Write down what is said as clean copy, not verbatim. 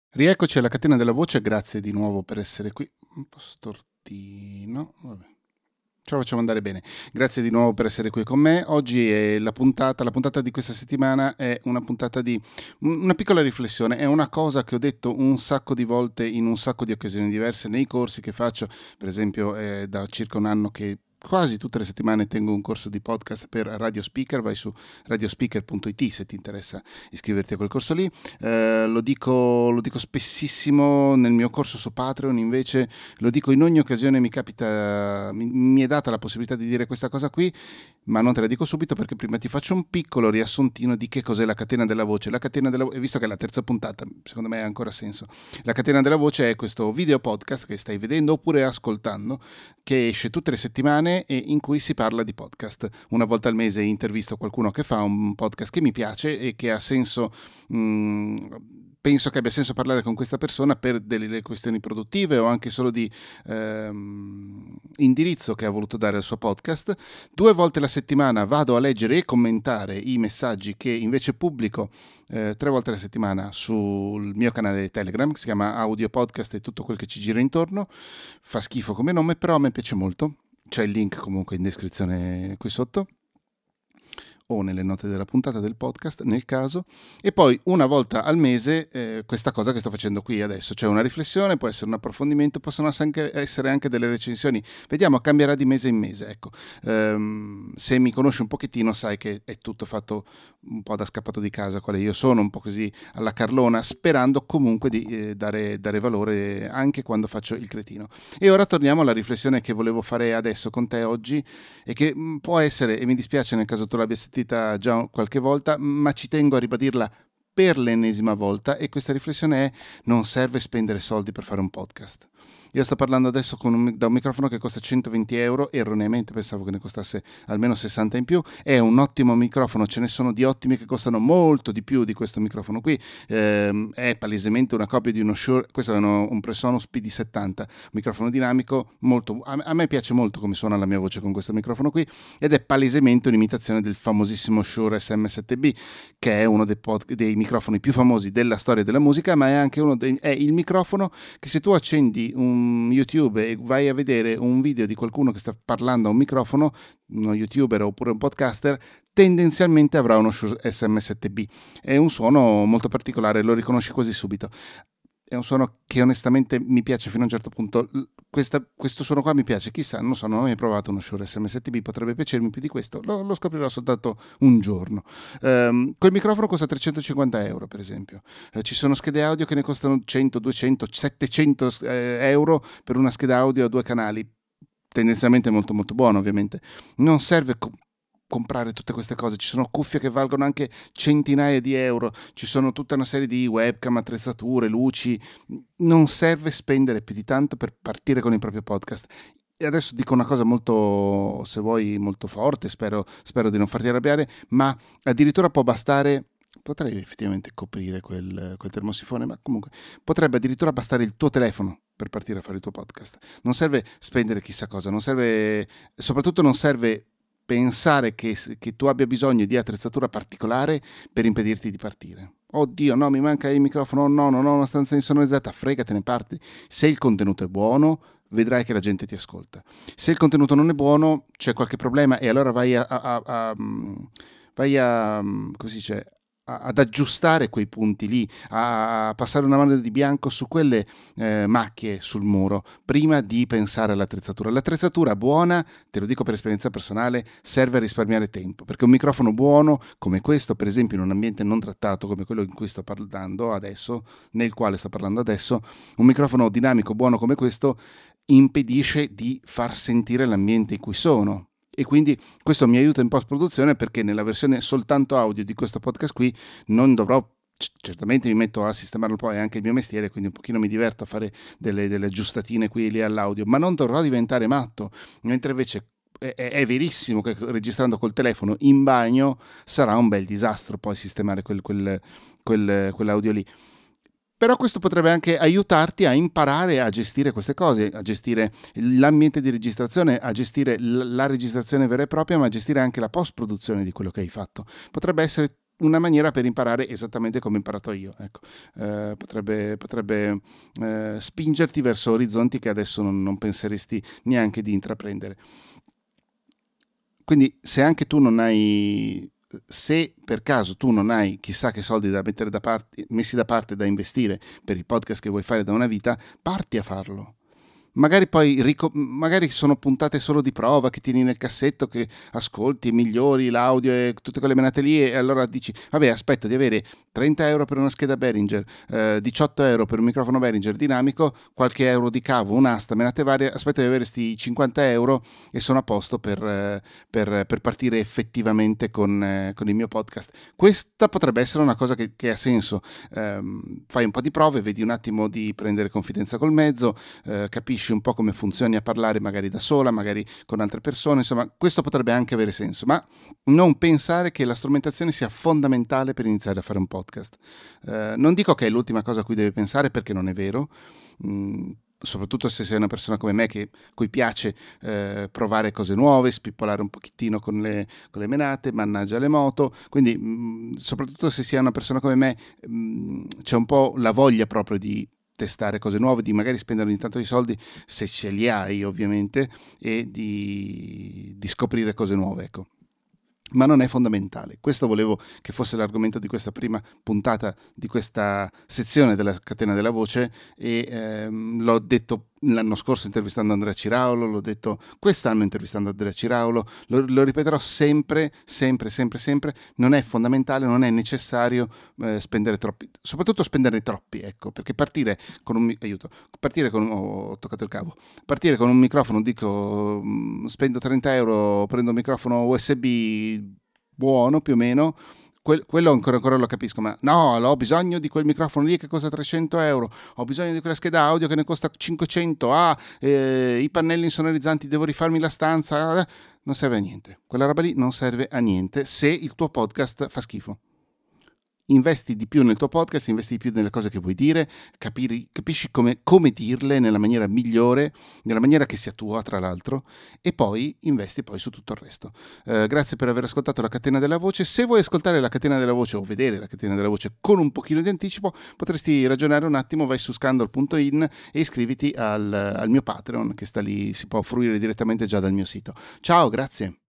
Rieccoci alla catena della voce, grazie di nuovo per essere qui. Un po' stortino, vabbè. Ce la facciamo andare bene. Grazie di nuovo per essere qui con me. Oggi è la puntata di questa settimana è una puntata di una piccola riflessione, è una cosa che ho detto un sacco di volte in un sacco di occasioni diverse nei corsi che faccio, per esempio è da circa un anno che quasi tutte le settimane tengo un corso di podcast per Radio Speaker, vai su radiospeaker.it se ti interessa iscriverti a quel corso lì. Lo dico spessissimo nel mio corso su Patreon, invece lo dico in ogni occasione mi è data la possibilità di dire questa cosa qui, ma non te la dico subito perché prima ti faccio un piccolo riassuntino di che cos'è la catena della voce. Visto che è la terza puntata, secondo me ha ancora senso. La catena della voce è questo video podcast che stai vedendo oppure ascoltando, che esce tutte le settimane e in cui si parla di podcast. Una volta al mese intervisto qualcuno che fa un podcast che mi piace e che ha senso, penso che abbia senso parlare con questa persona per delle questioni produttive o anche solo di indirizzo che ha voluto dare al suo podcast. 2 volte la settimana vado a leggere e commentare i messaggi che invece pubblico 3 volte alla settimana sul mio canale Telegram, che si chiama Audio Podcast e tutto quel che ci gira intorno. Fa schifo come nome, però a me piace molto. C'è il link comunque in descrizione qui sotto o nelle note della puntata del podcast nel caso. E poi una volta al mese questa cosa che sto facendo qui adesso, cioè una riflessione, può essere un approfondimento, possono essere anche delle recensioni, vediamo, cambierà di mese in mese, ecco. Se mi conosci un pochettino sai che è tutto fatto un po' da scappato di casa, quale io sono, un po' così alla carlona, sperando comunque di dare valore anche quando faccio il cretino. E ora torniamo alla riflessione che volevo fare adesso con te oggi e che può essere, e mi dispiace nel caso tu l'abbia sentita già qualche volta, ma ci tengo a ribadirla per l'ennesima volta, e questa riflessione è: non serve spendere soldi per fare un podcast. Io sto parlando adesso da un microfono che costa 120 euro, erroneamente pensavo che ne costasse almeno 60 in più. È un ottimo microfono, ce ne sono di ottimi che costano molto di più di questo microfono qui. È palesemente una copia di uno Shure, questo è un Presonus PD70, un microfono dinamico, molto, a me piace molto come suona la mia voce con questo microfono qui, ed è palesemente un'imitazione del famosissimo Shure SM7B, che è uno dei microfoni più famosi della storia della musica, ma è anche è il microfono che, se tu accendi un YouTube e vai a vedere un video di qualcuno che sta parlando a un microfono, uno youtuber oppure un podcaster, tendenzialmente avrà uno Shure SM7B. È un suono molto particolare, lo riconosci quasi subito. È un suono che onestamente mi piace fino a un certo punto. Questo suono qua mi piace, chissà, non so, non ho mai provato uno Shure SM7B, potrebbe piacermi più di questo, lo scoprirò soltanto un giorno. Quel microfono costa 350 euro, per esempio. Ci sono schede audio che ne costano 100, 200, 700 euro per una scheda audio a 2 canali, tendenzialmente molto molto buono, ovviamente. Non serve comprare tutte queste cose, ci sono cuffie che valgono anche centinaia di euro, ci sono tutta una serie di webcam, attrezzature, luci. Non serve spendere più di tanto per partire con il proprio podcast. E adesso dico una cosa molto, se vuoi, molto forte, spero di non farti arrabbiare, ma addirittura può bastare. Potrei effettivamente coprire quel termosifone, ma comunque potrebbe addirittura bastare il tuo telefono per partire a fare il tuo podcast. Non serve spendere chissà cosa, soprattutto non serve pensare che tu abbia bisogno di attrezzatura particolare per impedirti di partire. Oddio, no, mi manca il microfono, no, non ho una stanza insonorizzata, fregatene, parti. Se il contenuto è buono, vedrai che la gente ti ascolta. Se il contenuto non è buono, c'è qualche problema, e allora vai come si dice, ad aggiustare quei punti lì, a passare una mano di bianco su quelle macchie sul muro prima di pensare all'attrezzatura. L'attrezzatura buona, te lo dico per esperienza personale, serve a risparmiare tempo, perché un microfono buono come questo, per esempio in un ambiente non trattato come quello in cui sto parlando adesso, nel quale sto parlando adesso, un microfono dinamico buono come questo impedisce di far sentire l'ambiente in cui sono. E quindi questo mi aiuta in post-produzione, perché nella versione soltanto audio di questo podcast qui non dovrò, certamente mi metto a sistemarlo, poi è anche il mio mestiere, quindi un pochino mi diverto a fare delle aggiustatine qui e lì all'audio, ma non dovrò diventare matto, mentre invece è verissimo che registrando col telefono in bagno sarà un bel disastro poi sistemare quell'audio lì. Però questo potrebbe anche aiutarti a imparare a gestire queste cose, a gestire l'ambiente di registrazione, a gestire la registrazione vera e propria, ma a gestire anche la post-produzione di quello che hai fatto. Potrebbe essere una maniera per imparare esattamente come ho imparato io. Ecco. Potrebbe spingerti verso orizzonti che adesso non penseresti neanche di intraprendere. Quindi se per caso tu non hai chissà che soldi da mettere messi da parte da investire per il podcast che vuoi fare da una vita, parti a farlo. Magari poi magari sono puntate solo di prova che tieni nel cassetto, che ascolti, migliori l'audio e tutte quelle menate lì, e allora dici vabbè, aspetto di avere 30 euro per una scheda Behringer, 18 euro per un microfono Behringer dinamico, qualche euro di cavo, un'asta, menate varie, aspetto di avere sti 50 euro e sono a posto per partire effettivamente con il mio podcast. Questa potrebbe essere una cosa che ha senso. Fai un po' di prove, vedi un attimo di prendere confidenza col mezzo, capisci un po' come funzioni a parlare magari da sola, magari con altre persone, insomma questo potrebbe anche avere senso, ma non pensare che la strumentazione sia fondamentale per iniziare a fare un podcast. Non dico che è l'ultima cosa a cui devi pensare, perché non è vero, soprattutto se sei una persona come me cui piace provare cose nuove, spippolare un pochettino con le menate, mannaggia le moto, quindi soprattutto se sei una persona come me c'è un po' la voglia proprio di testare cose nuove, di magari spendere ogni tanto i soldi, se ce li hai ovviamente, e di scoprire cose nuove, ecco. Ma non è fondamentale. Questo volevo che fosse l'argomento di questa prima puntata, di questa sezione della catena della voce, e l'ho detto l'anno scorso intervistando Andrea Ciraulo, l'ho detto quest'anno intervistando Andrea Ciraulo, lo ripeterò sempre, non è fondamentale, non è necessario spendere troppi, soprattutto spenderne troppi, ecco, perché partire con un microfono, dico spendo 30 euro, prendo un microfono USB buono più o meno, quello ancora lo capisco, ma no, ho bisogno di quel microfono lì che costa 300 euro, ho bisogno di quella scheda audio che ne costa 500, i pannelli insonorizzanti, devo rifarmi la stanza, non serve a niente, quella roba lì non serve a niente se il tuo podcast fa schifo. Investi di più nel tuo podcast, investi di più nelle cose che vuoi dire, capisci come dirle nella maniera migliore, nella maniera che sia tua, tra l'altro, e poi investi poi su tutto il resto. Grazie per aver ascoltato la catena della voce. Se vuoi ascoltare la catena della voce o vedere la catena della voce con un pochino di anticipo, potresti ragionare un attimo, vai su scandal.in e iscriviti al mio Patreon, che sta lì, si può fruire direttamente già dal mio sito. Ciao, grazie.